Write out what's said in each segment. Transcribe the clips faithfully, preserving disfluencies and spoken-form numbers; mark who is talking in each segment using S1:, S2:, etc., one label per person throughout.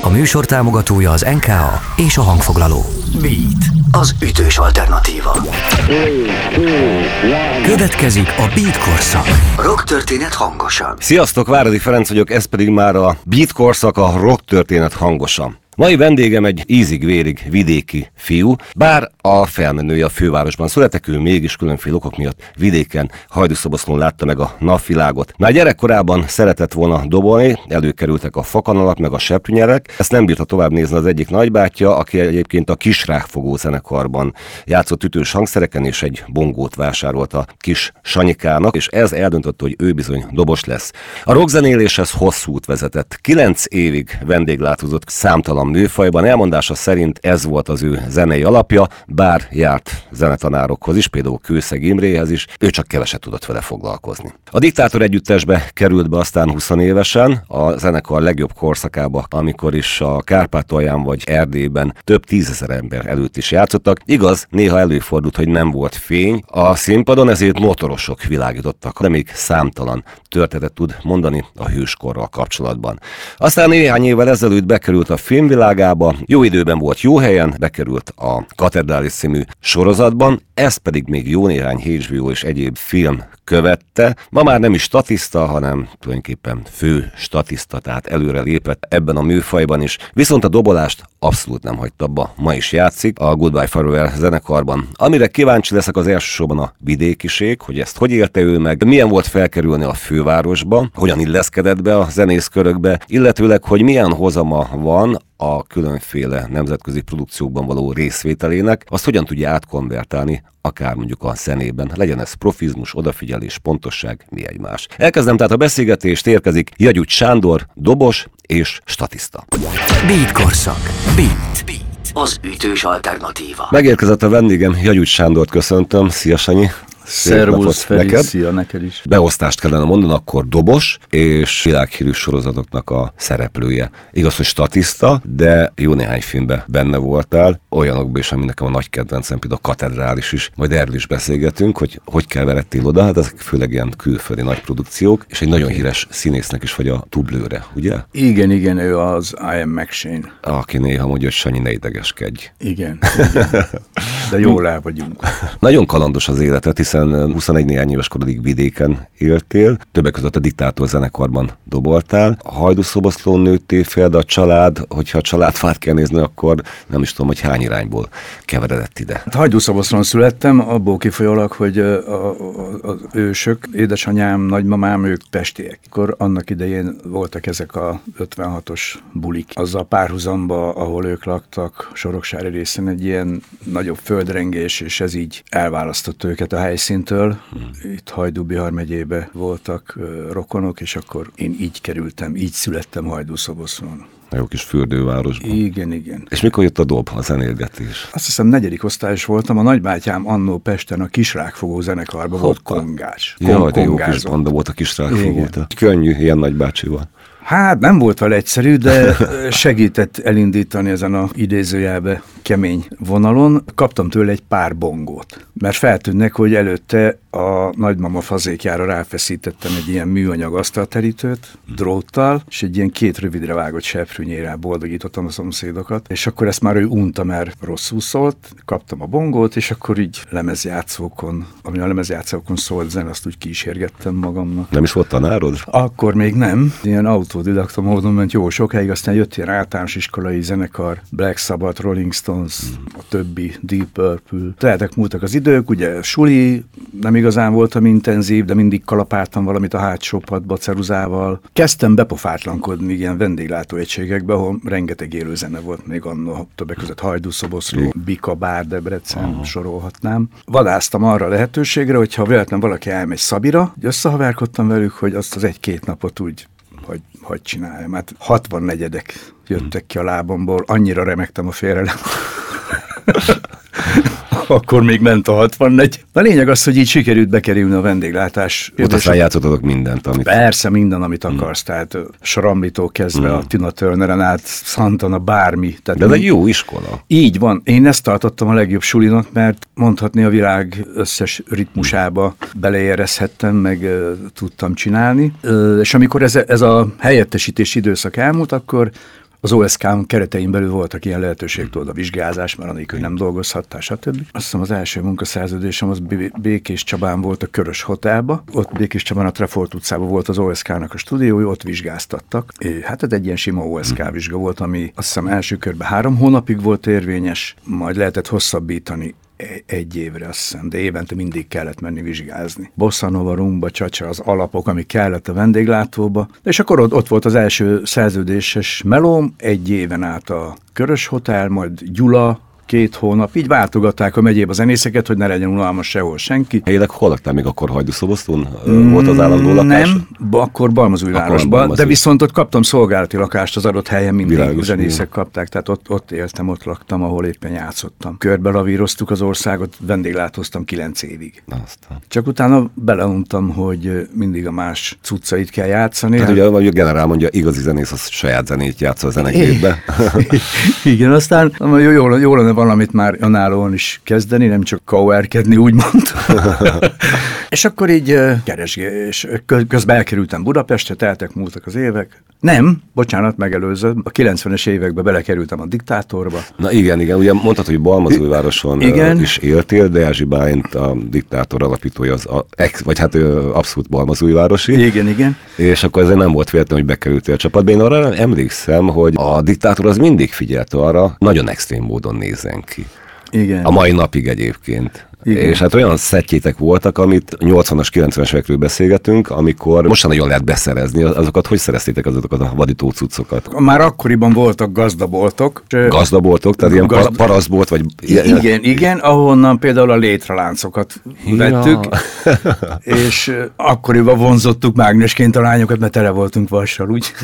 S1: A műsor támogatója az en ká á és a hangfoglaló. Beat, az ütős alternatíva. Következik a Beat korszak. Rock történet hangosan.
S2: Sziasztok, Váradi Ferenc vagyok, ez pedig már a Beat korszak, a rock történet hangosan. Mai vendégem egy ízig-vérig vidéki fiú, bár a felmenője a fővárosban született, ő mégis különféle okok miatt vidéken, Hajdúszoboszlón látta meg a napvilágot. Már gyerekkorában szeretett volna dobolni, előkerültek a fakanalak meg a seprűnyerek, ezt nem bírta tovább nézni az egyik nagybátyja, aki egyébként a Kisrágfogó zenekarban játszott ütős hangszereken, és egy bongót vásárolt a kis Sanyikának, és ez eldöntötte, hogy ő bizony dobos lesz. A rockzenéléshez hosszú út vezetett. Kilenc évig vendéglátozott számtalan műfajban, elmondása szerint ez volt az ő zenei alapja, bár járt zenetanárokhoz is, például Kőszeg Imréhez is, ő csak keveset tudott vele foglalkozni. A Diktátor együttesbe került be aztán húsz évesen, a zenekar legjobb korszakába, amikor is a Kárpátalján vagy Erdélyben több tízezer ember előtt is játszottak. Igaz, néha előfordult, hogy nem volt fény a színpadon, ezért motorosok világítottak, de még számtalan történetet tud mondani a hőskorral kapcsolatban. Aztán néhány évvel ezelőtt bekerült a filmvilágába, jó időben volt, jó helyen, bekerült a Katedrális című sorozatban, ez pedig még jó néhány há bé o és egyéb film követte. Ma már nem is statiszta, hanem tulajdonképpen fő statiszta, tehát előre lépett ebben a műfajban is. Viszont a dobolást abszolút nem hagyta abba. Ma is játszik a Goodbye Farewell zenekarban. Amire kíváncsi leszek, az elsősorban a vidékiség, hogy ezt hogy élte ő meg, milyen volt felkerülni a fővárosba, hogyan illeszkedett be a zenészkörökbe, illetőleg, hogy milyen hozama van a különféle nemzetközi produkciókban való részvételének, azt hogyan tudja átkonvertálni, akár mondjuk a zenében. Legyen ez profizmus, odafigyelés, pontosság, mi egymás. Elkezdem tehát a beszélgetést, érkezik Jagyucs Sándor, dobos és statiszta.
S1: Beat korszak. Beat. Beat. Az ütős alternatíva.
S2: Megérkezett a vendégem, Jagyucs Sándort köszöntöm. Szia, Sanyi!
S3: Szervusz, Feri, neked. Szia neked is.
S2: Beosztást kellene mondani, akkor dobos és világhírű sorozatoknak a szereplője. Igaz, hogy statiszta, de jó néhány filmben benne voltál, olyanokban is, ami nekem a nagy kedvencem, például a Katedrális is, majd erről is beszélgetünk, hogy hogy keveredtél oda, hát ezek főleg ilyen külföldi nagy produkciók, és egy nagyon híres színésznek is vagy a dublőre, ugye?
S3: Igen, igen, ő az Ian McShane.
S2: Aki néha mondja, hogy Sanyi, ne idegeskedj.
S3: Igen, igen. De jól el vagyunk.
S2: Nagyon kalandos az életet, hiszen huszonegy néhány éves korodig vidéken éltél, többek között a Diktátor zenekarban doboltál, a Hajdúszoboszlón nőttél fel, de a család, hogyha a családfát kell nézni, akkor nem is tudom, hogy hány irányból keveredett ide.
S3: Hajdúszoboszlón születtem, abból kifolyólag, hogy a, a, az ősök, édesanyám, nagymamám, ők pestiek. Akkor annak idején voltak ezek a ötvenhatos bulik. Azzal párhuzamba, ahol ők laktak, Soroksári részen egy ilyen nagyobb földrengés, és ez így elválasztott őket a helyszíntől. Hmm. Itt Hajdú-Bihar megyébe voltak uh, rokonok, és akkor én így kerültem, így születtem Hajdúszoboszlón.
S2: A jó kis fürdővárosban.
S3: Igen, igen.
S2: És mikor jött a dob, a zenélgetés?
S3: Azt hiszem negyedik osztályos voltam, a nagybátyám annó Pesten a Kisrágfogó zenekarban volt kongás.
S2: Jaj, de jó kis banda volt a Kisrágfogó. Könnyű, ilyen nagybácsival.
S3: Hát nem volt vele egyszerű, de segített elindítani ezen a idézőjelbe kemény vonalon. Kaptam tőle egy pár bongót, mert feltűnnek, hogy előtte a nagymama fazékjára ráfeszítettem egy ilyen műanyag asztalterítőt, dróttal, és egy ilyen két rövidre vágott seprűnyérrel boldogítottam a szomszédokat, és akkor ezt már ő unta, mert rosszul szólt, kaptam a bongót, és akkor így lemezjátszókon, ami a lemezjátszókon szólt zen, azt úgy kísérgettem magamnak.
S2: Nem is volt tanárod?
S3: Akkor még nem. Ilyen autodidakta módon ment jó sokáig, aztán jött ilyen általános iskolai zenekar, Black Sabbath, Rolling Stones, hmm. a többi, Deep Purple. Teltek múltak az idők, ugye suli nem igazán voltam intenzív, de mindig kalapáltam valamit a hátsó padba ceruzával. Kezdtem bepofátlankodni ilyen vendéglátóegységekbe, ahol rengeteg élőzene volt még anno, többek között Hajdúszoboszló, Bika, Bár, Debrecen, uh-huh. sorolhatnám. Vadáztam arra a lehetőségre, hogyha véletlenül valaki elmegy Szabira, összehaverkodtam velük, hogy azt az egy-két napot úgy hogy, hogy csináljam. Hát hatvannegyedek jöttek ki a lábamból, annyira remegtem a félrelem. Akkor még ment a hatvannégy. A lényeg az, hogy így sikerült bekerülni a vendéglátás.
S2: Ott aztán játszottatok mindent, amit...
S3: Persze, minden, amit akarsz. Hmm. Tehát Sramlitól kezdve hmm. a Tina Turneren át, Santana, bármi. Tehát
S2: de ez egy jó iskola.
S3: Így van. Én ezt tartottam a legjobb sulinak, mert mondhatni a világ összes ritmusába beleérezhettem, meg uh, tudtam csinálni. Uh, és amikor ez, ez a helyettesítés időszak elmúlt, akkor Az o es ká keretein belül voltak ilyen lehetőség, tudod, a vizsgázás, mert anélkül nem dolgozhattál, stb. Azt hiszem az első munkaszerződésem az Békés Csabán volt a Körös Hotelba. Ott Békés Csabán a Trefort utcában volt az o es ká-nak a stúdiója, ott vizsgáztattak. Hát ez egy ilyen sima o es ká vizsga volt, ami azt hiszem első körben három hónapig volt érvényes, majd lehetett hosszabbítani egy évre, azt hiszem, de évente mindig kellett menni vizsgázni. Bossa Nova, rumba, csa-csa, az alapok, ami kellett a vendéglátóba. És akkor ott, ott volt az első szerződéses melóm, egy éven át a Körös Hotel, majd Gyula, két hónap, így váltogatták a megyébe a zenészeket, hogy ne legyen unalmas sehol senki.
S2: Helyileg hol laktál, még akkor Hajdúszobosztón mm, volt az állandó lakás?
S3: Nem, akkor Balmazújvárosban, de viszont ott kaptam szolgálati lakást az adott helyen, mindig Világos, zenészek mi? kapták, tehát ott, ott éltem, ott laktam, ahol éppen játszottam. Körbe lavíroztuk az országot, vendéglátóztam kilenc évig.
S2: Aztán.
S3: Csak utána beleuntam, hogy mindig a más cuccait kell játszani.
S2: Hát ugye, ugye a generál mondja, igazi zenész az saját zenét játszol a zenegépbe.
S3: Igen, aztán jó, jó, jó lenne valamit már önállóan is kezdeni, nem csak coverkedni, úgymond. És akkor így keresgés, közben elkerültem Budapestre, teltek, múltak az évek. Nem, bocsánat, megelőző. A kilencvenes években belekerültem a Diktátorba.
S2: Na igen, igen, ugye mondtad, hogy Balmazújvároson igen. is éltél, de Erzsi Bálint, a Diktátor alapítója, az a, ex, vagy hát abszolút balmazújvárosi.
S3: Igen, igen.
S2: És akkor ezért nem volt véletlen, hogy bekerültél a csapatba. Én arra emlékszem, hogy a Diktátor az mindig figyelte arra, nagyon extrém módon nézzen ki.
S3: Igen.
S2: A mai napig egyébként. Igen. És hát olyan szettjétek voltak, amit nyolcvanas, kilencvenes évekről beszélgetünk, amikor most nagyon lehet beszerezni, azokat hogy szereztétek azokat a vadító cuccokat?
S3: Már akkoriban voltak gazdaboltok.
S2: Gazdaboltok, tehát ilyen Gazda... parasztbolt, vagy...
S3: Igen, igen, ahonnan például a létraláncokat ja. vettük, és akkoriban vonzottuk mágnesként a lányokat, mert tele voltunk vassal, úgy.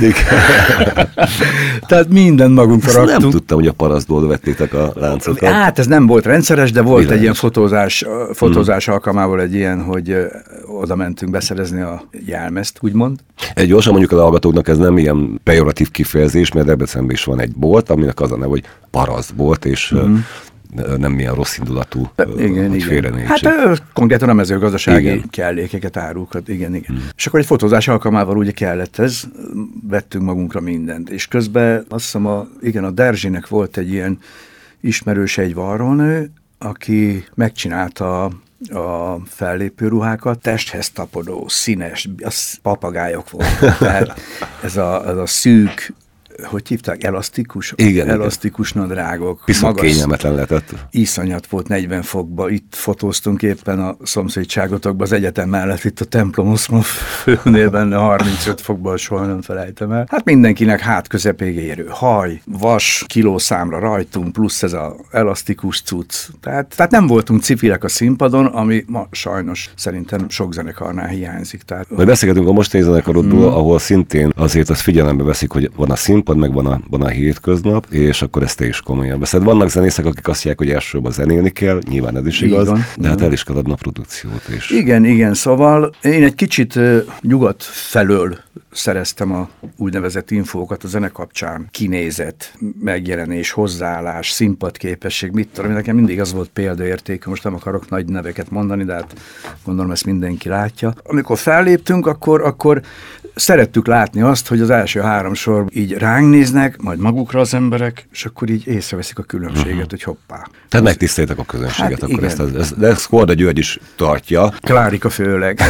S3: Tehát mindent magunkra raktunk.
S2: Nem tudtam, hogy a parasztból vettétek a láncokat.
S3: Hát ez nem volt rendszeres, de volt Világos. egy ilyen fotózás fotózás hmm. alkalmával egy ilyen, hogy oda mentünk beszerezni a jelmezt, úgymond.
S2: Egy gyorsan mondjuk a hallgatóknak, ez nem ilyen pejoratív kifejezés, mert Debrecenben is van egy bolt, aminek az a neve, hogy parasztbolt, és hmm. nem milyen rossz indulatú,
S3: igen, hogy félrenézség. Hát konkrétan a mezőgazdasági igen. kellékeket, árukat, igen, igen. Hmm. És akkor egy fotózás alkalmával ugye kellett ez, vettünk magunkra mindent, és közben azt hiszem, a, igen, a Derzsinek volt egy ilyen ismerős, egy varrónő, aki megcsinálta a fellépő ruhákat, testhez tapadó, színes, az papagájok voltak, tehát ez a, ez a szűk, hogy hívták, elasztikus?
S2: Igen,
S3: elasztikus igen. nadrágok.
S2: Piszok kényelmetlen lehetett.
S3: Iszonyat volt negyven fokba, itt fotóztunk éppen a szomszédságotokban, az egyetem mellett, itt a templom Oszmov főnél benne harmincöt fokban, soha nem felejtem el. Hát mindenkinek hát közepéig érő haj, vas, kilószámra rajtunk, plusz ez az elasztikus cucc. Tehát, tehát nem voltunk cifilek a színpadon, ami ma sajnos szerintem sok zenekarnál hiányzik. Tehát,
S2: majd beszélgetünk a mostani zenekarodból, mm. ahol szintén azért azt figyelembe veszik, hogy van a színpad, meg van a, van a hétköznap, és akkor ezt te is komolyan veszed. Vannak zenészek, akik azt mondják, hogy elsősorban zenélni kell, nyilván ez is igaz, van, de hát el is kell adni a produkciót is.
S3: Igen, igen, szóval én egy kicsit uh, nyugat felől szereztem a úgynevezett infókat a zene kapcsán. Kinézet, megjelenés, hozzáállás, színpadképesség, mit tudom, nekem mindig az volt példaértékű, most nem akarok nagy neveket mondani, de hát gondolom ezt mindenki látja. Amikor felléptünk, akkor, akkor szerettük látni azt, hogy az első három sor így ránk néznek, majd magukra az emberek, és akkor így észreveszik a különbséget, uh-huh. hogy hoppá.
S2: Tehát megtiszteltek a közönséget,
S3: hát
S2: akkor ezt, ezt, de ezt Korda György is tartja.
S3: Klárika főleg.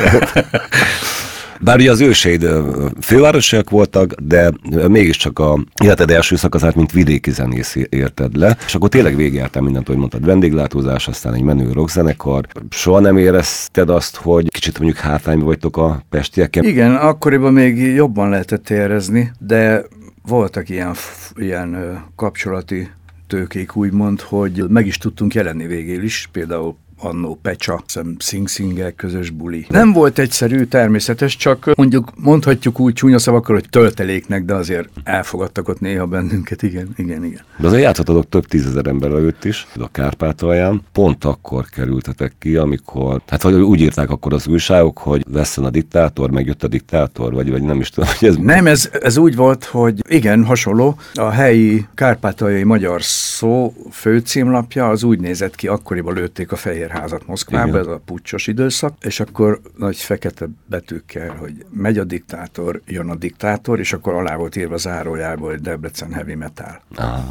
S2: Bár ugye az őseid fővárosiak voltak, de mégiscsak a életed első szakaszát, mint vidéki zenész érted le, és akkor tényleg végigjártál mindent, hogy mondtad, vendéglátózás, aztán egy menő rockzenekar. Soha nem érezted azt, hogy kicsit mondjuk hátrányban vagytok a pestiekkel?
S3: Igen, akkoriban még jobban lehetett érezni, de voltak ilyen, ilyen kapcsolati tőkék, úgymond, hogy meg is tudtunk jelenni végül is, például annó Pecsa, Sing Singel közös buli. Nem volt egyszerű, természetes, csak mondjuk mondhatjuk úgy csúnya szavakkal, hogy tölteléknek, de azért elfogadtak ott néha bennünket, igen, igen, igen.
S2: De azért játszottatok több tízezer ember előtt is, a Kárpátalján. Pont akkor kerültetek ki, amikor, hát vagy úgy írták akkor az újságok, hogy leszen a Diktátor, megjött a Diktátor, vagy, vagy nem is tudom, hogy ez...
S3: Nem, ez, ez úgy volt, hogy igen, hasonló, a helyi kárpátaljai magyar szó főcímlapja az úgy nézett ki, akkoriban lőtték a Fehérházat Moszkvába, igen. Ez a puccsos időszak, és akkor nagy fekete betűkkel, hogy megy a diktátor, jön a diktátor, és akkor alá volt írva zárójelból, hogy Debrecen heavy metal. Ah.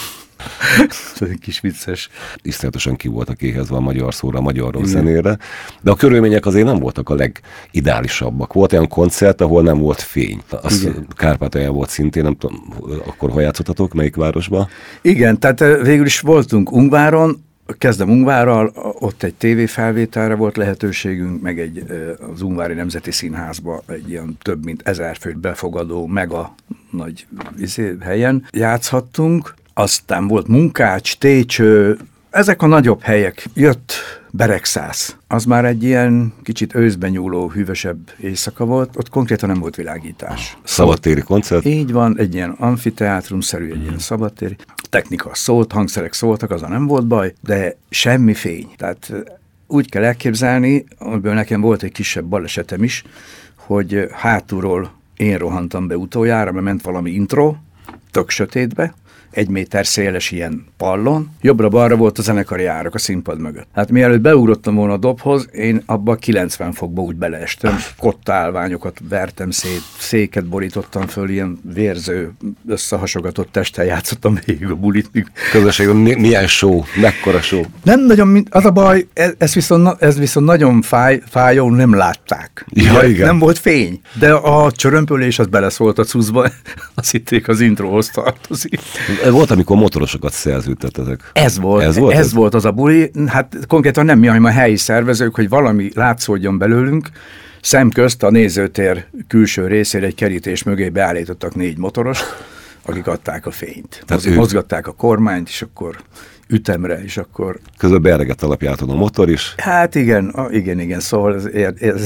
S3: Ez egy kis vicces.
S2: Iszonyatosan ki voltak éhezve a magyar szóra, a magyar rock zenére, de a körülmények azért nem voltak a legideálisabbak. Volt olyan koncert, ahol nem volt fény. Az Kárpátalján volt szintén, nem tudom, akkor hol játszottatok, melyik városban?
S3: Igen, tehát végül is voltunk Ungváron, kezdem Ungvárral, ott egy tévéfelvételre volt lehetőségünk, meg egy, az Ungvári Nemzeti Színházba egy ilyen több mint ezer főt befogadó mega nagy izé, helyen játszhattunk. Aztán volt Munkács, Técső, ezek a nagyobb helyek. Jött Beregszász. Az már egy ilyen kicsit őszben nyúló, hűvösebb éjszaka volt, ott konkrétan nem volt világítás.
S2: Szabadtéri koncert?
S3: Így van, egy ilyen amfiteátrumszerű, egy mm. ilyen szabadtéri. Technika szólt, hangszerek szóltak, azon nem volt baj, de semmi fény. Tehát úgy kell elképzelni, amiből nekem volt egy kisebb balesetem is, hogy hátulról én rohantam be utoljára, mert ment valami intro, tök sötétbe, egy méter széles ilyen pallon, jobbra-balra volt a zenekari árok a színpad mögött. Hát mielőtt beugrottam volna a dobhoz, én abba kilencven fokba úgy beleestem, kottálványokat vertem szét, széket borítottam föl, ilyen vérző, összehasogatott testtel játszottam végig a bulit.
S2: Közösségben milyen show, mekkora show?
S3: Nem nagyon, az a baj, ez, ez, viszont, ez viszont nagyon fáj, fájó, nem látták.
S2: Ja, igen.
S3: Nem volt fény, de a csörömpölés az beleszólt a cuccba, azt hitték az introhoz tartozik.
S2: Volt, amikor motorosokat szerződtetek.
S3: Ez volt, ez volt, ez, ez volt az a buli. Hát konkrétan nem mi, hanem a helyi szervezők, hogy valami látszódjon belőlünk. Szemközt a nézőtér külső részére egy kerítés mögé beállítottak négy motoros, akik adták a fényt. Tehát ők mozgatták a kormányt, és akkor ütemre, és akkor...
S2: Közben beeregett alapjáton a motor is.
S3: Hát igen, a, igen, igen, szóval ez, ez,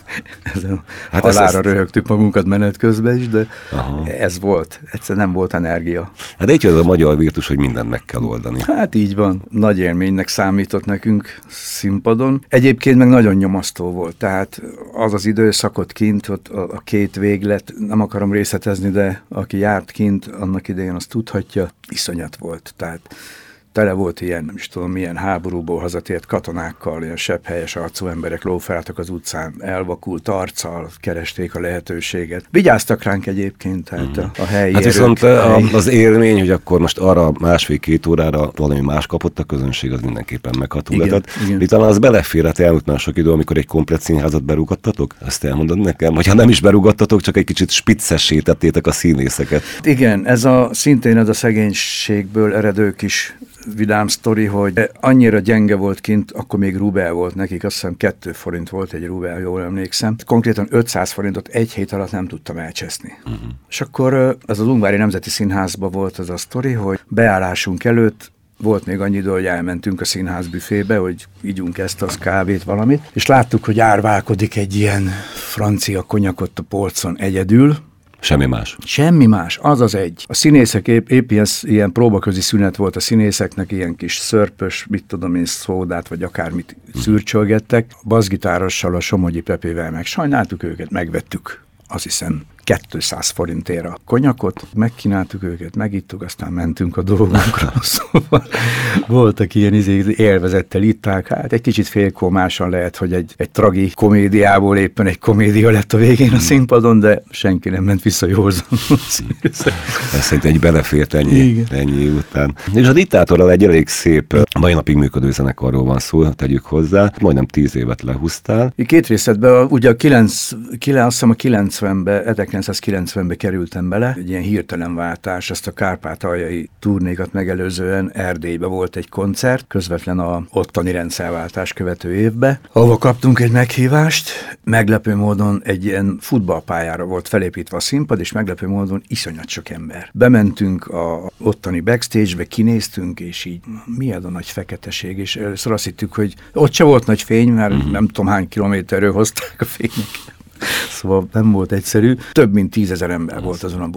S3: ez hát halára ezt... röhögtük magunkat menet közben is, de aha. Ez volt. Egyszerűen nem volt energia.
S2: Hát így ez a magyar virtus, hogy mindent meg kell oldani.
S3: Hát így van. Nagy élménynek számított nekünk színpadon. Egyébként meg nagyon nyomasztó volt. Tehát az az időszakot kint, ott a, a két véglet, nem akarom részletezni, de aki járt kint annak idején, azt tudhatja, iszonyat volt. Tehát tele volt ilyen, nem is tudom, milyen háborúból hazatért katonákkal, ilyen sebhelyes arcú emberek lófáltak az utcán, elvakult arccal, keresték a lehetőséget. Vigyáztak ránk egyébként, tehát a, a helyi
S2: Hát
S3: erők,
S2: viszont a, az élmény, hogy akkor most arra másfél-két órára valami más kapott a közönség, az mindenképpen megható lett. Mi talán az beleférhet, elmúlt már sok idő, amikor egy komplett színházat berúgattatok? Ezt elmondod nekem? Vagy ha nem is berúgattatok, csak egy kicsit spiccessé tettétek a színészeket.
S3: Igen, ez a szintén ez a szegénységből eredő kis vidám sztori, hogy annyira gyenge volt kint, akkor még rubel volt nekik, azt hiszem kettő forint volt egy rubel, jól emlékszem. Konkrétan ötszáz forintot egy hét alatt nem tudtam elcseszni. Uh-huh. És akkor ez az Ungvári Nemzeti Színházban volt az a sztori, hogy beállásunk előtt volt még annyi idő, hogy elmentünk a színház büfébe, hogy ígyunk ezt, az kávét, valamit, és láttuk, hogy árválkodik egy ilyen francia konyakot a polcon egyedül.
S2: Semmi más.
S3: Semmi más, az az egy. A színészek épp, épp ilyen, ilyen próbaközi szünet volt a színészeknek, ilyen kis szörpös, mit tudom én, szódát, vagy akármit szürcsölgettek. A basszgitárossal, a Somogyi Pepével meg sajnáltuk őket, megvettük, azt hiszem, kétszáz forintért a konyakot, megkínáltuk őket, megittuk, aztán mentünk a dolgunkra. Szóval voltak ilyen izé, élvezettel itták, hát egy kicsit félkómásan lehet, hogy egy, egy tragi komédiából éppen egy komédia lett a végén a színpadon, de senki nem ment vissza józanul.
S2: Ez szerint egy belefért ennyi, ennyi után. És a Diktátorral egy elég szép, mai napig működő zenekarról van szó, tegyük hozzá. Majdnem tíz évet lehúztál.
S3: Két részletben, ugye a kilenc, kilenc, azt hiszem a kilencvenben, ezerkilencszázkilencvenben kerültem bele, egy ilyen hirtelen váltás, ezt a kárpátaljai turnékat megelőzően Erdélybe volt egy koncert, közvetlen a ottani rendszerváltás követő évbe, ahova kaptunk egy meghívást, meglepő módon egy ilyen futballpályára volt felépítve a színpad, és meglepő módon iszonyat sok ember. Bementünk a ottani backstage-be, kinéztünk, és így mi az a nagy feketeség, és először azt hittük, hogy ott se volt nagy fény, mert uh-huh. nem tudom hány kilométerről hozták a fényeket. Szóval nem volt egyszerű. Több mint tízezer ember volt azon a bulin.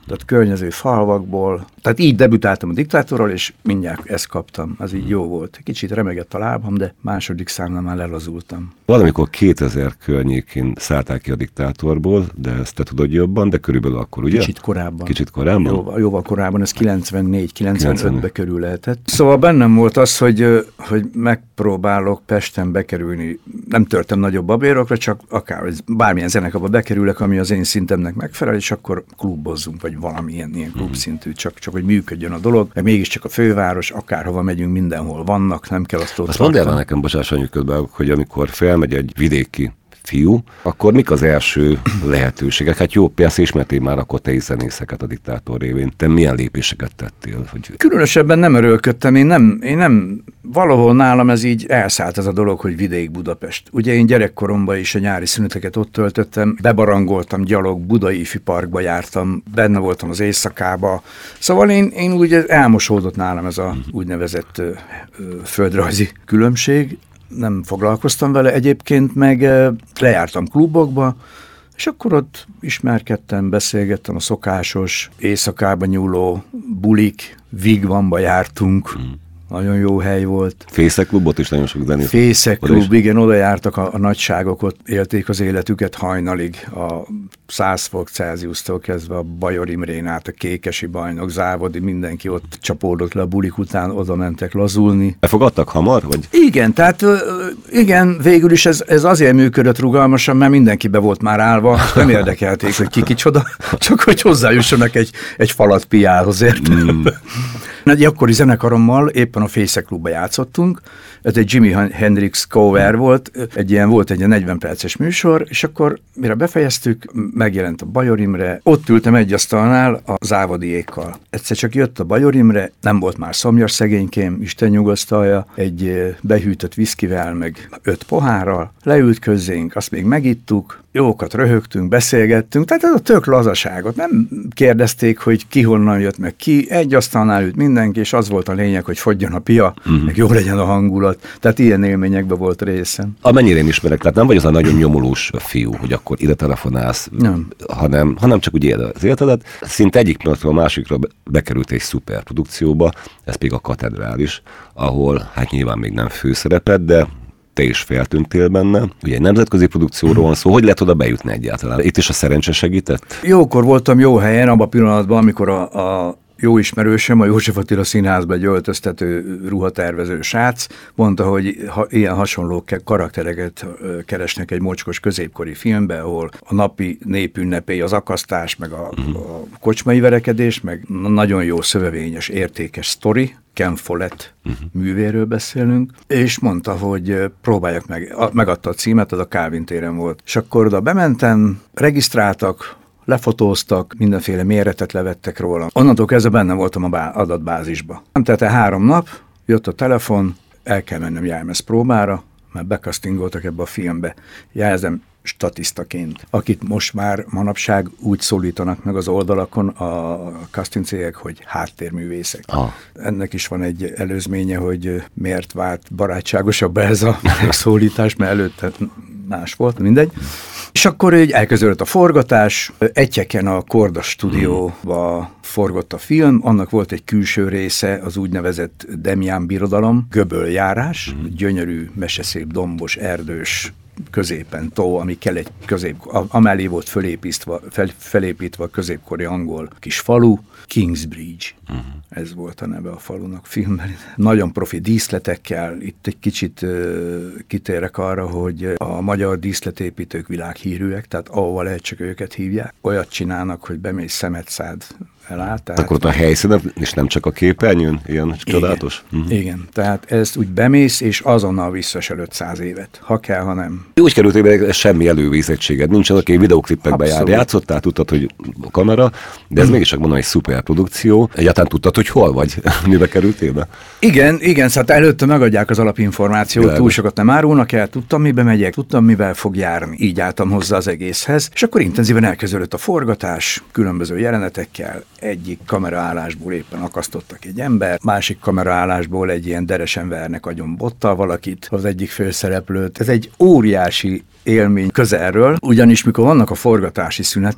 S3: tehát környező falvakból. Tehát így debütáltam a Diktátorral, és mindjárt ezt kaptam. Az így jó volt. Kicsit remegett a lábam, de második számnál már lelazultam.
S2: Valamikor kétezer környékén szállták ki a Diktátorból, de ezt te tudod jobban, de körülbelül akkor, ugye?
S3: Kicsit korábban.
S2: Kicsit korábban?
S3: Jóval, jóval korábban, ez kilencvennégy kilencvenötbe körül lehetett. Szóval bennem volt az, hogy, hogy megpróbálok Pesten bekerülni. Nem törtem nagyobb babérokra, csak akár bármilyen zenekarba bekerülök, ami az én szintemnek megfelel, és akkor klubozzunk, vagy valamilyen ilyen klubszintű, csak, csak hogy működjön a dolog, meg mégiscsak a főváros, akárhova megyünk, mindenhol vannak, nem kell azt ott
S2: Azt mondd el nekem, bocsáss anyukodban, hogy amikor felmegy egy vidéki fiú, akkor mik az első lehetőségek? Hát jó, persze ismertél már akkor te is zenészeket a Diktátor révén. Te milyen lépéseket tettél? Hogy...
S3: Különösebben nem örülködtem, én nem, én nem, valahol nálam ez így elszállt ez a dolog, hogy vidék Budapest. Ugye én gyerekkoromban is a nyári szüneteket ott töltöttem, bebarangoltam gyalog, Budai Ifi Parkba jártam, benne voltam az éjszakába. Szóval én, én úgy elmosódott nálam ez a úgynevezett ö, ö, földrajzi különbség. Nem foglalkoztam vele, egyébként meg lejártam klubokba, és akkor ott ismerkedtem, beszélgettem a szokásos, éjszakába nyúló bulik, Vigvamba jártunk, mm. Nagyon jó hely volt.
S2: Fészek klubot is nagyon sok zenét.
S3: Fészek klub, igen, oda jártak a, a nagyságok, ott élték az életüket hajnalig, a száz fok Celsiustól kezdve a Bajor Imrén át, a Kékesi bajnok, Závodi, mindenki ott csapódott le a bulik után, oda mentek lazulni.
S2: Befogadtak hamar? Vagy?
S3: Igen, tehát igen, végül is ez, ez azért működött rugalmasan, mert mindenki be volt már állva, nem érdekelték, hogy ki kicsoda, csak hogy hozzájussanak egy, egy falat piához, érted? Mm. Egy akkori zenekarommal éppen a Fészek klubba játszottunk, ez egy Jimi Hendrix cover volt, egy ilyen volt egy ilyen negyven perces műsor, és akkor mire befejeztük, megjelent a Bajor Imre, ott ültem egy asztalnál a Závodiékkal. Egyszer csak jött a Bajor Imre, nem volt már szomjas szegénykém, Isten nyugosztalja, egy behűtött viszkivel, meg öt pohárral, leült közénk, azt még megittuk, jókat röhögtünk, beszélgettünk, tehát ez a tök lazaságot. Nem kérdezték, hogy ki honnan jött meg ki, egy asztalnál ült mindenki, és az volt a lényeg, hogy fogjon a pia, uh-huh. meg jó legyen a hangulat. Tehát ilyen élményekben volt részem.
S2: Amennyire én ismerek, tehát nem vagy az a nagyon nyomulós fiú, hogy akkor ide telefonálsz, nem. Hanem, hanem csak úgy éled az életedet. Szinte egyik pillanatról a másikra bekerült egy szuperprodukcióba, ez pedig a Katedrális, ahol hát nyilván még nem főszereped, de te is feltűntél benne. Ugye egy nemzetközi produkcióról van szó, hogy lehet oda bejutni egyáltalán? Itt is a szerencse segített?
S3: Jókor voltam jó helyen, abban a pillanatban, amikor a, a jó ismerősöm, a József Attila Színházba egy öltöztető ruhatervező srác mondta, hogy ha ilyen hasonló karaktereket keresnek egy mocskos középkori filmbe, ahol a napi népünnepély, az akasztás, meg a, a kocsmai verekedés, meg nagyon jó szövevényes, értékes sztori, Ken Follett uh-huh. művéről beszélünk, és mondta, hogy próbáljak meg, megadta a címet, az a Kálvin téren volt. És akkor oda bementem, regisztráltak, lefotóztak, mindenféle méretet levettek róla. Onnantól kezdve benne voltam a bá- adatbázisba. Nem tette három nap, jött a telefon, el kell mennem jelmez próbára, mert bekasztingoltak ebbe a filmbe. Jelzem statisztaként, akit most már manapság úgy szólítanak meg az oldalakon a casting cégek, hogy háttérművészek. Ah. Ennek is van egy előzménye, hogy miért vált barátságosabb ez a megszólítás, mert előtte más volt, mindegy. És akkor így elkezdődött a forgatás, Egyeken a Korda stúdióba forgott a film, annak volt egy külső része, az úgynevezett Demján birodalom, göböljárás, gyönyörű, meseszép, dombos, erdős, középen tó, ami kell egy közép, amellé volt fölépítve, fel, felépítve a középkori angol kis falu, Kingsbridge. Uh-huh. Ez volt a neve a falunak filmben. Nagyon profi díszletekkel, itt egy kicsit uh, kitérek arra, hogy a magyar díszletépítők világhírűek, tehát ahova lehet, csak őket hívják. Olyat csinálnak, hogy bemész Szemetszád elállt.
S2: Akkor ott a helyszínen, és nem csak a képernyőn, ilyen csodálatos?
S3: Igen, uh-huh. Igen, tehát ezt úgy bemész, és azonnal vissza se ötszáz évet, ha kell, ha nem.
S2: Úgy került, hogy semmi elővízettséged nincsen, aki videóklipekben jár, játszottál, tudtad, hogy a kamera, de ez mm. mégis csak mondom, egy szuperprodukció. Egyáltalán tudtad, hogy hol vagy, mibe kerültél be?
S3: Igen, igen, szóval előtte megadják az alapinformációt, Bilágos. Túl sokat nem árulnak el, tudtam, mibe megyek, tudtam, mivel fog járni. Így álltam hozzá az egészhez, és akkor intenzíven elkezdődött a forgatás, különböző jelenetekkel, egyik kameraállásból éppen akasztottak egy ember, másik kameraállásból egy ilyen deresen vernek agyon bottal valakit, az egyik főszereplőt. Ez egy óriási élmény közelről, ugyanis mikor vannak a forgatási szünetek,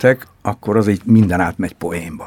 S3: akkor az így minden átmegy poénba.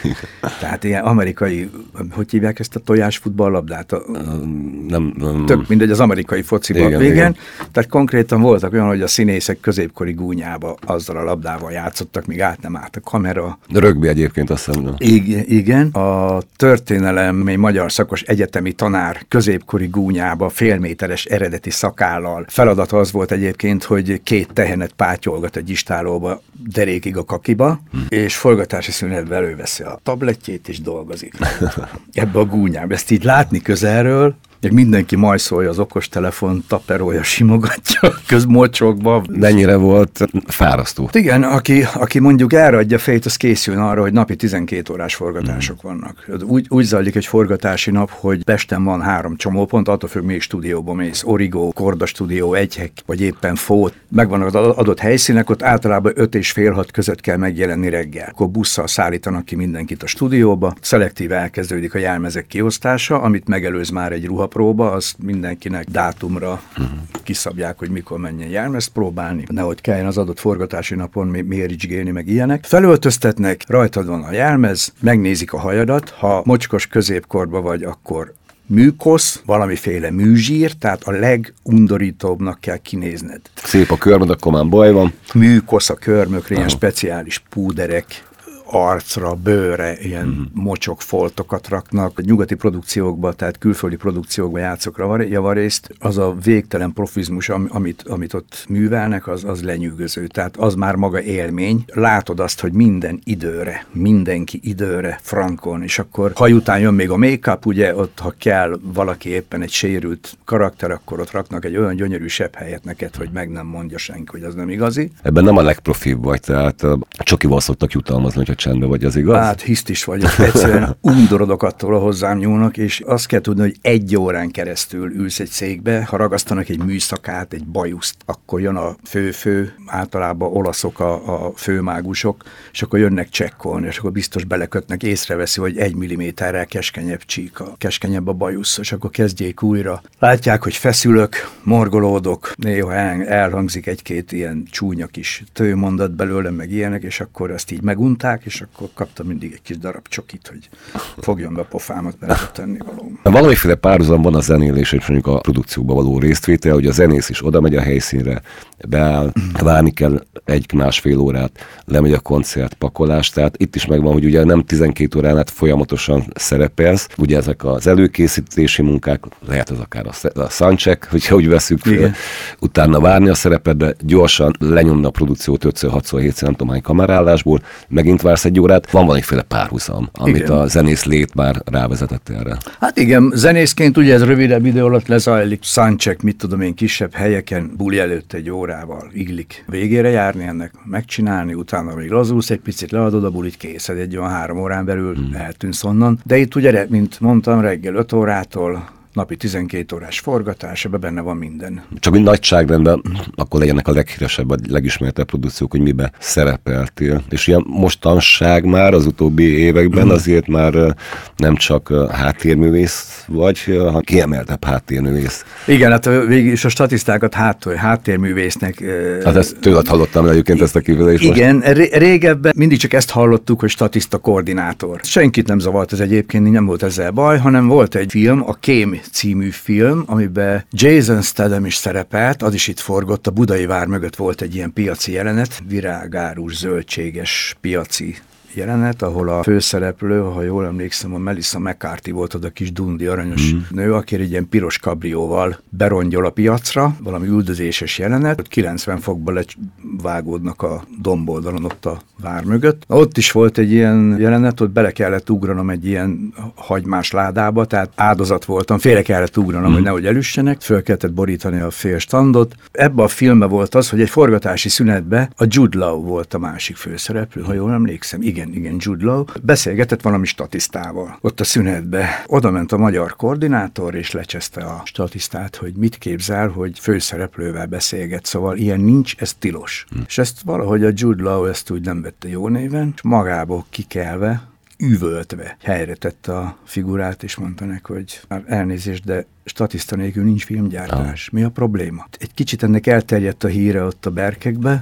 S3: Tehát ilyen amerikai, hogy hívják ezt a tojásfutballlabdát? A,
S2: nem, nem,
S3: tök mindegy, az amerikai fociban.
S2: Igen,
S3: igen.
S2: igen.
S3: Tehát konkrétan voltak olyan, hogy a színészek középkori gúnyába azzal a labdával játszottak, míg át nem állt a kamera.
S2: Rögbi egyébként azt hiszem.
S3: Igen, igen. A történelem egy magyar szakos egyetemi tanár középkori gúnyába félméteres eredeti szakállal. Feladata az volt egyébként, hogy két tehenet pátyolgat egy istálóba derékig a kakiba, hmm. és forgatási szünetben előveszi a tabletjét és dolgozik. Ebbe a gúnyába. Ezt így látni közelről, hogy mindenki majszolja az okostelefon, taperolja, simogatja közmocsokba.
S2: Mennyire volt fárasztó?
S3: Igen, aki, aki mondjuk elradja fejét, az készüljön arra, hogy napi tizenkét órás forgatások hmm. vannak. Úgy, úgy zajlik egy forgatási nap, hogy Pesten van három csomópont, attól függ, még stúdióba mész. Origo, Korda stúdió, Egyhek, vagy éppen Fót. Megvannak az adott helyszínek, ott általában öt és fél hat között kell megjelenni reggel. Akkor busszal szállítanak ki mindenkit a stúdióba, szelektíve elkezdődik a jelmezek kiosztása, amit megelőz már egy ruhapróba, azt mindenkinek dátumra uh-huh. kiszabják, hogy mikor menjen jelmezt próbálni. Nehogy kelljen az adott forgatási napon méricgélni, meg ilyenek. Felöltöztetnek, rajtad van a jelmez, megnézik a hajadat, ha mocskos középkorba vagy, akkor műkosz, valamiféle műzsír, tehát a legundorítóbbnak kell kinézned.
S2: Szép a körmöd, akkor már baj van.
S3: Műkosz a körmökre, ilyen speciális púderek, arcra, bőrre ilyen mm. mocsok, foltokat raknak. A nyugati produkciókban, tehát külföldi produkciókban játszok javarészt, az a végtelen profizmus, amit, amit ott művelnek, az, az lenyűgöző. Tehát az már maga élmény. Látod azt, hogy minden időre, mindenki időre, frankon, és akkor ha után jön még a make-up, ugye ott, ha kell valaki éppen egy sérült karakter, akkor ott raknak egy olyan gyönyörű sebb helyet neked, hogy meg nem mondja senki, hogy az nem igazi.
S2: Ebben nem a legprofibb vagy, tehát csokival szoktak jutalmazni, hogyha csendben vagy, az igaz?
S3: Hát hiszt is vagyok, egyszerűen undorodok attól, a hozzám nyúlnak, és azt kell tudni, hogy egy órán keresztül ülsz egy székbe, ha ragasztanak egy műszakát, egy bajuszt, akkor jön a fő-fő, általában olaszok a, a főmágusok, és akkor jönnek csekkolni, és akkor biztos belekötnek, észreveszi, hogy egy milliméterrel keskenyebb csíka, keskenyebb a bajusz, és akkor kezdjék újra. Látják, hogy feszülök, morgolódok, néha el, elhangzik egy-két ilyen csúnya kis tőmondat belőlem, meg ilyenek, és akkor ezt így megunták, és akkor kaptam mindig egy kis darab csokit, hogy fogjon be a pofámat bele tenni való.
S2: Valamiféle párhuzam van a zenélés és mondjuk a produkcióban való résztvétel, hogy a zenész is oda megy a helyszínre, beáll, várni kell egy-másfél órát, lemegy a koncert, pakolás, tehát itt is megvan, hogy ugye nem tizenkét órán át folyamatosan szerepelsz, ugye ezek az előkészítési munkák, lehet az akár a, a soundcheck, hogyha úgy veszük, fel, utána várni a szerepedbe, gyorsan lenyomni a produkciót ötször, hatszor, hétszer, nem tudom hány kamerállásból, megint vársz egy órát, van valamiféle párhuzam, amit igen. a zenész lét már rávezetett erre.
S3: Hát igen, zenészként ugye ez rövidebb idő alatt lezajlik, soundcheck, mit tudom én, kisebb helyeken, buli előtt egy órával illik végére járni ennek, megcsinálni, utána még lazulsz egy picit, leadod a bulit, készed, egy olyan három órán belül hmm. eltűnsz onnan. De itt ugye, mint mondtam, reggel öt órától napi tizenkét órás forgatás, ebben benne van minden.
S2: Csak mind nagyságrendben, akkor legyenek a leghíresebb, vagy legismertebb produkciók, hogy miben szerepeltél. És ilyen mostanság már az utóbbi években mm. azért már nem csak háttérművész vagy, hanem kiemeltebb háttérművész.
S3: Igen, hát végig is a statisztákat hát, háttérművésznek...
S2: Hát ezt tőled hallottam egyébként ezt a kifejezést.
S3: Igen, most. Régebben mindig csak ezt hallottuk, hogy statiszta koordinátor. Senkit nem zavart ez egyébként, nem volt ezzel baj, hanem volt egy film, a Kém című film, amiben Jason Statham is szerepelt, az is itt forgott, a Budai vár mögött volt egy ilyen piaci jelenet, virágárus, zöldséges piaci jelenet, ahol a főszereplő, ha jól emlékszem, a Melissa McCarthy volt az a kis dundi aranyos mm. nő, aki egy ilyen piros kabrióval berongyol a piacra, valami üldözéses jelenet, ott kilencven fokba levágódnak a domboldalon ott a vár mögött. Ott is volt egy ilyen jelenet, ott bele kellett ugranom egy ilyen hagymás ládába, tehát áldozat voltam, félre kellett ugranom, mm. hogy nehogy elüssenek, föl kellett borítani a fél standot. Ebben a filmben volt az, hogy egy forgatási szünetben a Jude Law volt a másik főszereplő, ha jól emlékszem. Igen, igen, Jude Law, beszélgetett valami statisztával. Ott a szünetbe oda ment a magyar koordinátor, és lecseszte a statisztát, hogy mit képzel, hogy főszereplővel beszélget, szóval ilyen nincs, ez tilos. Hm. És ezt valahogy a Jude Law ezt úgy nem vette jó néven, és magából kikelve, üvöltve helyre tette a figurát, és mondta neki, hogy elnézést, de statiszta nélkül nincs filmgyártás. Ah. Mi a probléma? Egy kicsit ennek elterjedt a híre ott a berkekbe,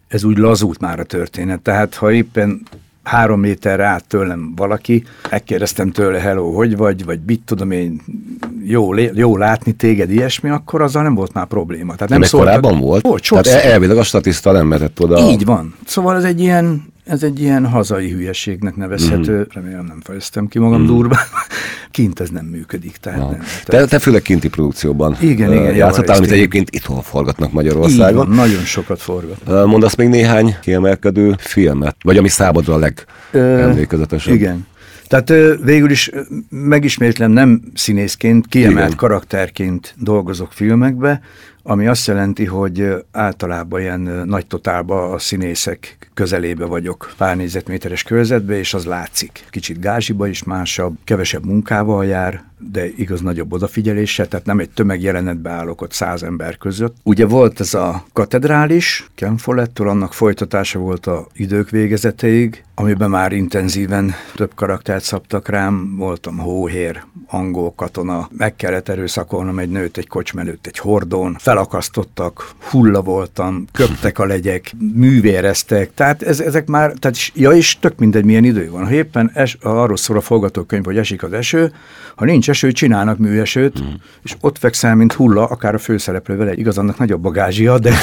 S3: ez úgy lazult már a történet. Tehát ha éppen három méterre át tőlem valaki, megkérdeztem tőle, hello, hogy vagy, vagy mit tudom én, jó, jó látni téged, ilyesmi, akkor azzal nem volt már probléma. Tehát nem
S2: meg
S3: szóltak,
S2: korábban volt?
S3: volt
S2: Tehát elvileg a statiszta nem vetett oda.
S3: Így van. Szóval ez egy ilyen, ez egy ilyen hazai hülyeségnek nevezhető, mm. remélem nem fejeztem ki magam mm. durván, kint ez nem működik. Tehát
S2: no.
S3: nem,
S2: te,
S3: tehát...
S2: te főleg kinti produkcióban
S3: igen, igen,
S2: játszottál, amit egyébként itthon forgatnak Magyarországon.
S3: Így van, nagyon sokat forgat.
S2: Mondasz még néhány kiemelkedő filmet? Vagy ami számodra a legemlékezetesebb?
S3: Igen. Tehát végül is megismétlem, nem színészként, kiemelt igen. karakterként dolgozok filmekbe, ami azt jelenti, hogy általában ilyen nagy totálban a színészek közelébe vagyok, pár négyzetméteres körzetbe, és az látszik. Kicsit gázsiba is másabb, kevesebb munkával jár, de igaz nagyobb odafigyeléssel, tehát nem egy tömegjelenetbe állok ott száz ember között. Ugye volt ez a Katedrális, Ken Follettől, annak folytatása volt a Idők végezeteig, amiben már intenzíven több karaktert szabtak rám, voltam hóhér, angol katona, meg kellett erőszakolnom egy nőt egy kocsma előtt egy hordón, felakasztottak, hulla voltam, köptek a legyek, művéreztek, tehát ez, ezek már, tehát is, ja és tök mindegy milyen idő van. Ha éppen es, arról szól a forgatókönyv, hogy esik az eső, ha nincs eső, csinálnak műesőt, mm. és ott fekszel, mint hulla, akár a főszereplővel, igaz, annak nagyobb a gázsia, de,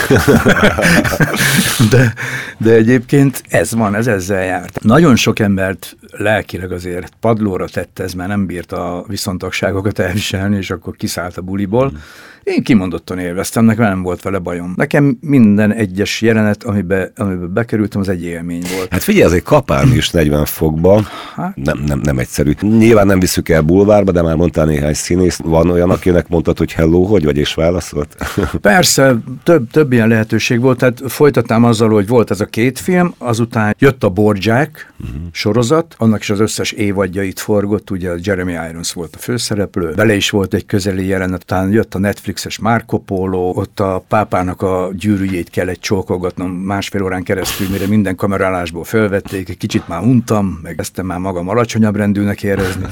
S3: de, de egyébként ez van, ez ezzel járt. Nagyon sok embert lelkileg azért padlóra tette, ez már nem bírta a viszontagságokat elviselni, és akkor kiszállt a buliból. Mm. Én kimondottan élveztem, nekem nem volt vele bajom. Nekem minden egyes jelenet, amiben, amiben bekerültem, az egy élmény volt.
S2: Hát figyelj, azért kapálni is negyven fokba, hát? nem, nem, nem egyszerű. Nyilván nem visszük el bulvárba, de már mondtál néhány színész. Van olyan, akinek mondtad, hogy hello, hogy vagy, és válaszolt?
S3: Persze, több, több ilyen lehetőség volt. Tehát folytattam azzal, hogy volt ez a két film, azután jött a Bojack uh-huh. sorozat, annak is az összes évadjait forgott, ugye Jeremy Irons volt a főszereplő, bele is volt egy közeli jelenet, utána jött a Netflixes Marco Polo, ott a pápának a gyűrűjét kellett csókolgatnom másfél órán keresztül, mire minden kamerálásból fölvették, egy kicsit már untam, meg kezdtem már magam alacsonyabb rendűnek érezni.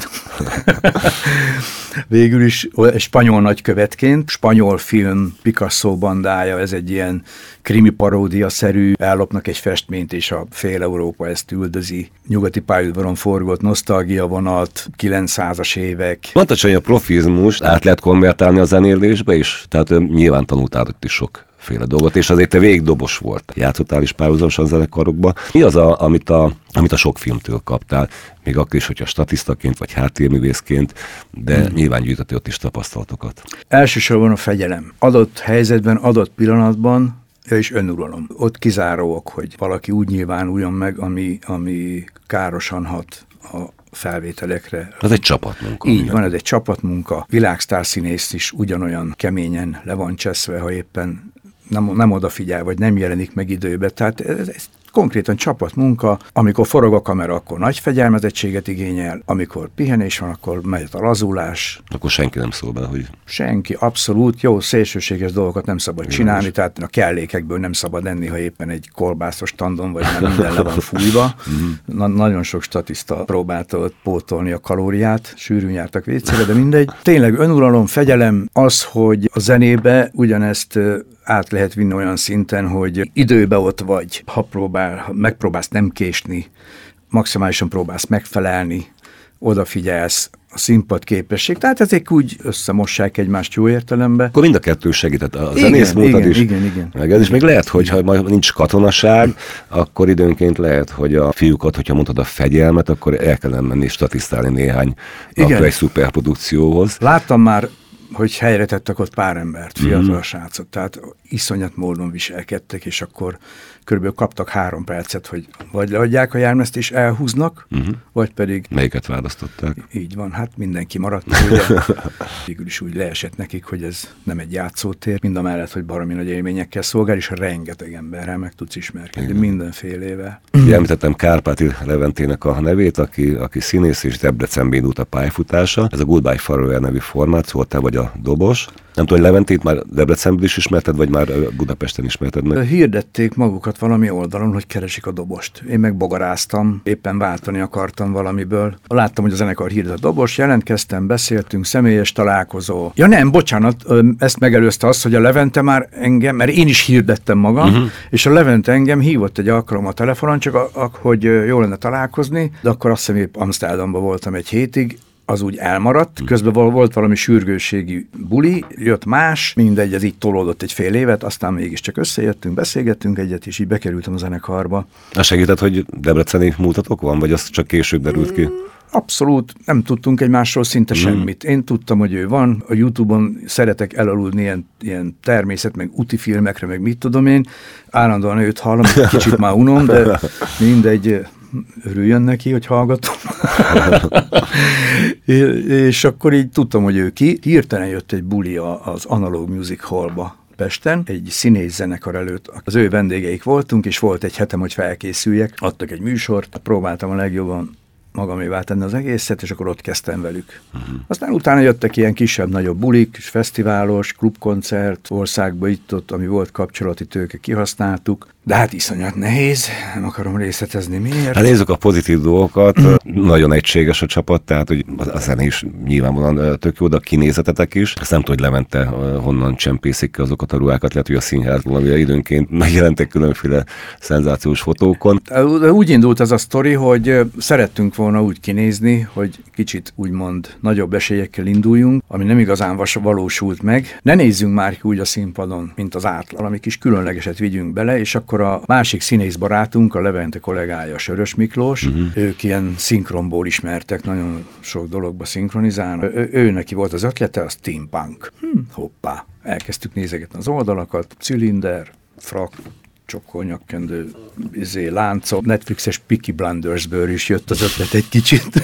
S3: Végül is egy spanyol nagykövetként, spanyol film Picasso bandája, ez egy ilyen krimi paródia-szerű, ellopnak egy festményt, és a fél Európa ezt üldözi. Nyugati pályaudvaron forgott nosztalgia vonat, kilencszázas évek.
S2: Mondtad, hogy a profizmust át lehet konvertálni a zenélésbe is? Tehát nyilván tanultál ott is sok féle dolgot, és azért te végig dobos volt. Játszottál is párhuzamosan zenekarokba. Mi az, a, amit, a, amit a sok filmtől kaptál? Még akkor is, hogyha statisztaként vagy háttérművészként, de hmm. nyilván gyűjtöttél ott is tapasztalatokat.
S3: Elsősorban a fegyelem. Adott helyzetben, adott pillanatban, és önuralom. Ott kizáróak, hogy valaki úgy nyilvánuljon meg, ami, ami károsan hat a felvételekre.
S2: Ez egy csapatmunka.
S3: Így minden. Van, ez egy csapatmunka. Világsztár színész is ugyanolyan keményen le van cseszve, ha éppen nem, nem odafigyel, vagy nem jelenik meg időbe. Tehát ez, ez konkrétan csapatmunka. Amikor forog a kamera, akkor nagy fegyelmezettséget igényel, amikor pihenés van, akkor megy a lazulás.
S2: Akkor senki nem szól bele, hogy...
S3: Senki, abszolút. Jó, szélsőséges dolgokat nem szabad Igen, csinálni, most. Tehát a kellékekből nem szabad enni, ha éppen egy kolbászos tandon, vagy nem minden le van fújva. Na, nagyon sok statiszta próbálta ott pótolni a kalóriát, sűrűn jártak vécére, de mindegy. Tényleg önuralom, fegyelem az, hogy a zenébe ugyanezt át lehet vinni olyan szinten, hogy időbe ott vagy, ha próbál, ha megpróbálsz nem késni, maximálisan próbálsz megfelelni, odafigyelsz, a színpad képesség, tehát ezek úgy összemossák egymást jó értelemben. Akkor
S2: mind a kettő segített, a zenész múltad is.
S3: Igen, igen.
S2: Meg ez is még lehet, hogy ha nincs katonaság, akkor időnként lehet, hogy a fiúkat, hogyha mondtad a fegyelmet, akkor el kellene menni statisztálni néhány akkor egy szuperprodukcióhoz.
S3: Láttam már, hogy helyre tettek ott pár embert, fiatal mm-hmm. srácot, tehát iszonyat módon viselkedtek, és akkor körülbelül kaptak három percet, hogy vagy leadják a jármezt és elhúznak, uh-huh. vagy pedig...
S2: Melyiket választották?
S3: Így van, hát mindenki maradt, ugye végül is úgy leesett nekik, hogy ez nem egy játszótér, mind a mellett, hogy baromi nagy élményekkel szolgál, és rengeteg emberrel meg tudsz ismerkedni, mindenfélével.
S2: Ugye említettem Kárpáti Leventének a nevét, aki, aki színész és Debrecenben indult a pályafutása. Ez a Goodbye Forever nevű formáció, te vagy a dobos. Nem tudom, hogy Leventét már Debrecenben is ismerted, vagy már Budapesten ismerted meg?
S3: Hirdették magukat valami oldalon, hogy keresik a dobost. Én meg bogaráztam, éppen váltani akartam valamiből. Láttam, hogy a zenekar hirdet a dobost, jelentkeztem, beszéltünk, személyes találkozó. Ja nem, bocsánat, ezt megelőzte az, hogy a Levente már engem, mert én is hirdettem magam, uh-huh. és a Levente engem hívott egy alkalom a telefonon, csak a, a, hogy jó lenne találkozni, de akkor azt hiszem, épp Amsterdamban voltam egy hétig, az úgy elmaradt, közben volt valami sürgősségi buli, jött más, mindegy, ez így tolódott egy fél évet, aztán mégiscsak összejöttünk, beszélgettünk egyet, és így bekerültem a zenekarba.
S2: A segített, hogy debreceni múltatok van, vagy az csak később derült ki?
S3: Abszolút, nem tudtunk egymásról szinte mm. semmit. Én tudtam, hogy ő van, a YouTube-on szeretek elaludni ilyen, ilyen természet, meg úti filmekre, meg mit tudom én, állandóan őt hallom, kicsit már unom, de mindegy, örüljön neki, hogy hallgatom. És akkor így tudtam, hogy ő ki. Hirtelen jött egy buli az Analog Music Hallba Pesten, egy színész zenekar előtt. Az ő vendégeik voltunk, és volt egy hetem, hogy felkészüljek. Adtak egy műsort, próbáltam a legjobban magamévá tenni az egészet, és akkor ott kezdtem velük. Uh-huh. Aztán utána jöttek ilyen kisebb-nagyobb bulik, fesztiválos, klubkoncert, országba itt-ott, ami volt kapcsolati tőke, kihasználtuk, de hát iszonyat nehéz, nem akarom részletezni miért. Hát
S2: nézzük a pozitív dolgokat, nagyon egységes a csapat, tehát hogy a zene is nyilvánvalóan tök jó, de a kinézetetek is. Ezt nem tudom, hogy Levente honnan csempészik ki azokat a ruhákat, lehet, hogy a színházból, amire időnként megjelentek különféle szenzációs fotókon.
S3: Úgy indult ez a sztori, hogy szerettünk volna úgy kinézni, hogy kicsit úgymond nagyobb esélyekkel induljunk, ami nem igazán valósult meg. Ne nézzünk már ki úgy a színpadon, mint az átlag, ami kis különlegeset vigyünk bele, és akkor a másik színész barátunk, a Levente kollégája, Sörös Miklós, uh-huh. ők ilyen szinkronból ismertek, nagyon sok dologba szinkronizálnak. Ő, ő neki volt az ötlete, a steampunk. Hm, hoppá, elkezdtük nézegetni az oldalakat, cilinder, frak, csokkol, nyakkendő, izé, láncok, Netflixes Peaky Blindersből is jött az ötlet egy kicsit.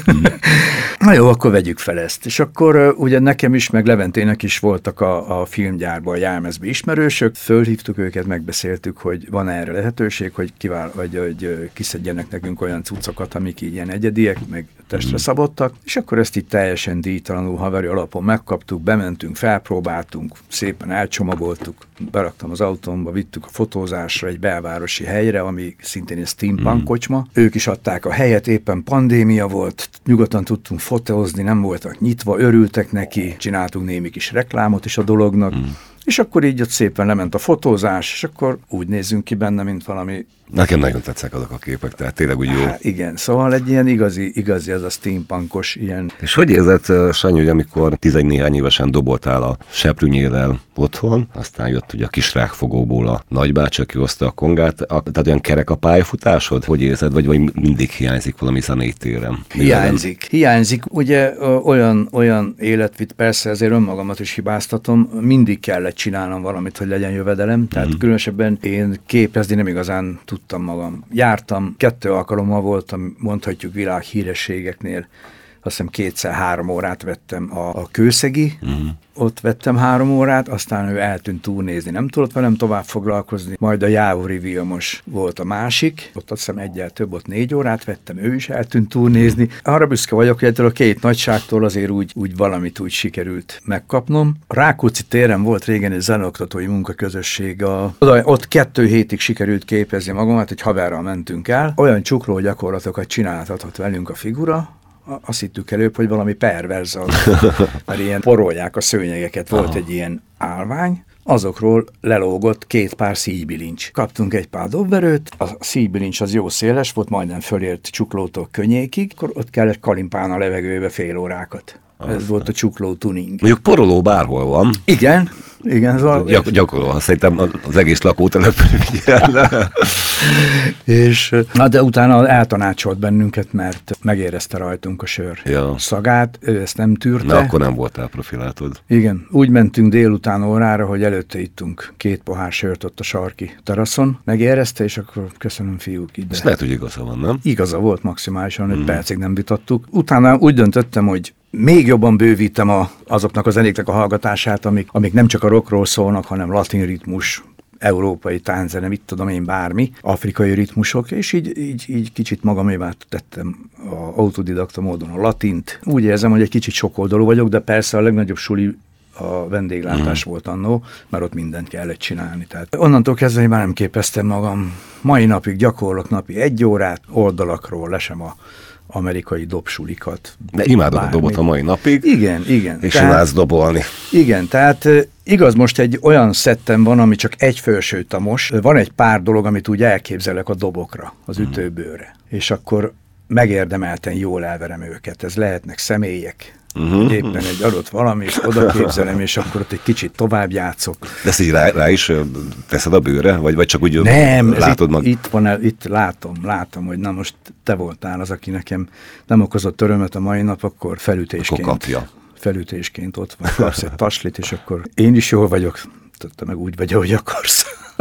S3: Na jó, akkor vegyük fel ezt. És akkor uh, ugye nekem is, meg Leventének is voltak a, a filmgyárban, a Jelmezbe ismerősök, fölhívtuk őket, megbeszéltük, hogy van erre lehetőség, hogy, kivál, vagy, hogy uh, kiszedjenek nekünk olyan cuccokat, amik így ilyen egyediek, meg testre szabottak, és akkor ezt így teljesen díjtalanul haveri alapon megkaptuk, bementünk, felpróbáltunk, szépen elcsomagoltuk, beraktam az autómba, vittük a fotózásra egy belvárosi helyre, ami szintén egy steampunk kocsma. Ők is adták a helyet, éppen pandémia volt, nyugodtan tudtunk fotózni, nem voltak nyitva, örültek neki, csináltunk némi kis reklámot is a dolognak, mm. és akkor így ott szépen lement a fotózás, és akkor úgy nézzünk ki benne, mint valami...
S2: Nekem nagyon tetszek azok a képek, tehát tényleg úgy jó.
S3: Hát igen, szóval egy ilyen igazi, igazi az a steampunkos ilyen...
S2: És hogy érzed, Sanyi, hogy amikor tizennéhány évesen doboltál a seprűnyéllel otthon, aztán jött ugye a kis rákfogóból a nagybácsi, aki hozta a kongát, a, tehát olyan kerek a pályafutásod? Hogy érzed, vagy, vagy mindig hiányzik valami zenei téren?
S3: Hiányzik. Hiányzik. Ugye ö, olyan, olyan életvit, persze ezért önmagamat is hibáztatom, mindig kellett csinálnom valamit, hogy legyen jövedelem, tehát mm. különösebben én képezni nem igazán tudtam magam. Jártam, kettő alkalommal voltam, mondhatjuk világhírességeknél, azt hiszem kétszer-három órát vettem a, a Kőszegi, uh-huh. ott vettem három órát, aztán ő eltűnt túlnézni, nem tudott velem tovább foglalkozni, majd a Jávori Vilmos volt a másik, ott azt hiszem egyel több, ott négy órát vettem, ő is eltűnt túlnézni. Arra büszke vagyok, hogy ettől a két nagyságtól azért úgy, úgy valamit úgy sikerült megkapnom. A Rákóczi téren volt régen egy zeneoktatói munkaközösség, a, ott kettő hétig sikerült képezni magamat, egy haverral mentünk el, olyan csukló gyakorlatokat csináltatott velünk a figura, azt hittük előbb, hogy valami perverz, mert ilyen porolják a szőnyegeket, volt egy ilyen állvány, azokról lelógott két pár szíjbilincs. Kaptunk egy pár dobverőt, a szíjbilincs az jó széles volt, majdnem fölért csuklótól könnyékig, akkor ott kellett kalimpálni a levegőbe fél órákat. Ez aztán volt a csukló tuning.
S2: Mondjuk poroló bárhol van.
S3: Igen, igen. Szóval
S2: Gyak, gyakorolva, szerintem az egész lakótelep.
S3: És na de utána eltanácsolt bennünket, mert megérezte rajtunk a sör ja. szagát, ő ezt nem tűrte.
S2: Na akkor nem voltál profilátod.
S3: Igen, úgy mentünk délután órára, hogy előtte ittunk két pohár sört ott a sarki teraszon, megérezte, és akkor köszönöm fiúk ide.
S2: És lehet, hogy igaza van, nem?
S3: Igaza volt maximálisan, öt mm. percig nem vitattuk. Utána úgy döntöttem, hogy még jobban bővítem a, azoknak a zenéknek a hallgatását, amik, amik nem csak a rockról szólnak, hanem latin ritmus, európai tánzene, mit tudom én, bármi, afrikai ritmusok, és így, így, így kicsit magamévá tettem a autodidakta módon a latint. Úgy érzem, hogy egy kicsit sokoldalú vagyok, de persze a legnagyobb suli a vendéglátás mm. volt annó, mert ott mindent kellett csinálni. Tehát onnantól kezdve én már nem képeztem magam. Mai napig gyakorlok napi egy órát, oldalakról lesem a amerikai dobsulikat.
S2: De imádod a dobot a mai napig.
S3: Igen, igen.
S2: És imádsz dobolni.
S3: Igen, tehát igaz, most egy olyan szettem van, ami csak egy felsőtamos. Van egy pár dolog, amit úgy elképzelek a dobokra, az ütőbőre. Mm. És akkor megérdemelten jól elverem őket. Ez lehetnek személyek, uh-huh. éppen egy adott valami, és oda képzelem, és akkor ott egy kicsit tovább játszok.
S2: De ezt így rá, rá is teszed a bőre? Vagy, vagy csak úgy
S3: nem,
S2: látod
S3: itt,
S2: mag...
S3: itt van, el, itt látom, látom, hogy na most te voltál az, aki nekem nem okozott örömet a mai nap, akkor felütésként.
S2: Akkor kapja.
S3: Felütésként ott van, kapsz egy taslit, és akkor én is jól vagyok, te meg úgy vagy, ahogy akarsz.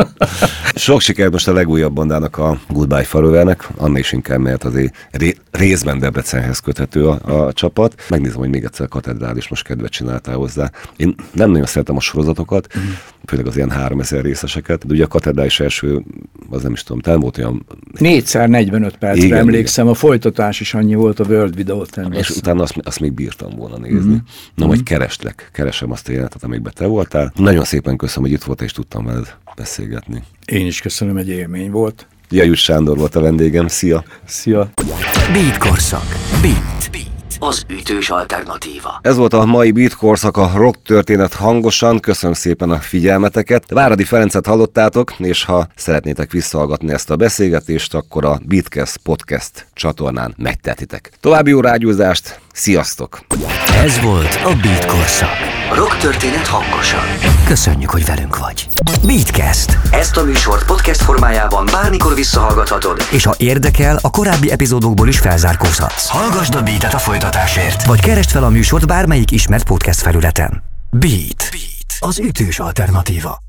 S2: Sok sikert most a legújabb bandának, a Goodbye Forevernek, annál is inkább, mert azért ré, részben Debrecenhez köthető a, a csapat. Megnézem, hogy még egyszer a Katedrális most kedvet csináltál hozzá. Én nem nagyon szeretem a sorozatokat, mm. főleg az ilyen háromezer részeseket, de ugye a Katedrális első, az nem is tudom, talán volt olyan...
S3: négyszer negyvenöt percre igen, emlékszem, igen. A folytatás is annyi volt, a World Videót.
S2: És utána azt, azt még bírtam volna nézni. Mm. Na, mm. majd kereslek, keresem azt a jelenetet, amikben te voltál. Nagyon szépen köszönöm, hogy itt voltál, és tudtam veled beszélgetni.
S3: Én is köszönöm, egy élmény volt.
S2: Jajus Sándor volt a vendégem, szia!
S3: Szia!
S1: Beat korszak. Beat. Beat. Az ütős alternatíva.
S2: Ez volt a mai Beat korszak, a rock történet hangosan. Köszönöm szépen a figyelmeteket. Váradi Ferencet hallottátok, és ha szeretnétek visszahallgatni ezt a beszélgetést, akkor a Beatcast podcast csatornán megtehetitek. További jó rágyúzást, sziasztok!
S1: Ez volt a Beat korszak. Rock történet hangosan. Köszönjük, hogy velünk vagy. Beatcast. Ezt a műsort podcast formájában bármikor visszahallgathatod, és ha érdekel, a korábbi epizódokból is felzárkózhatsz. Hallgasd a Beatet a folytatásért, vagy keresd fel a műsort bármelyik ismert podcast felületen. Beat. Beat. Az ütős alternatíva.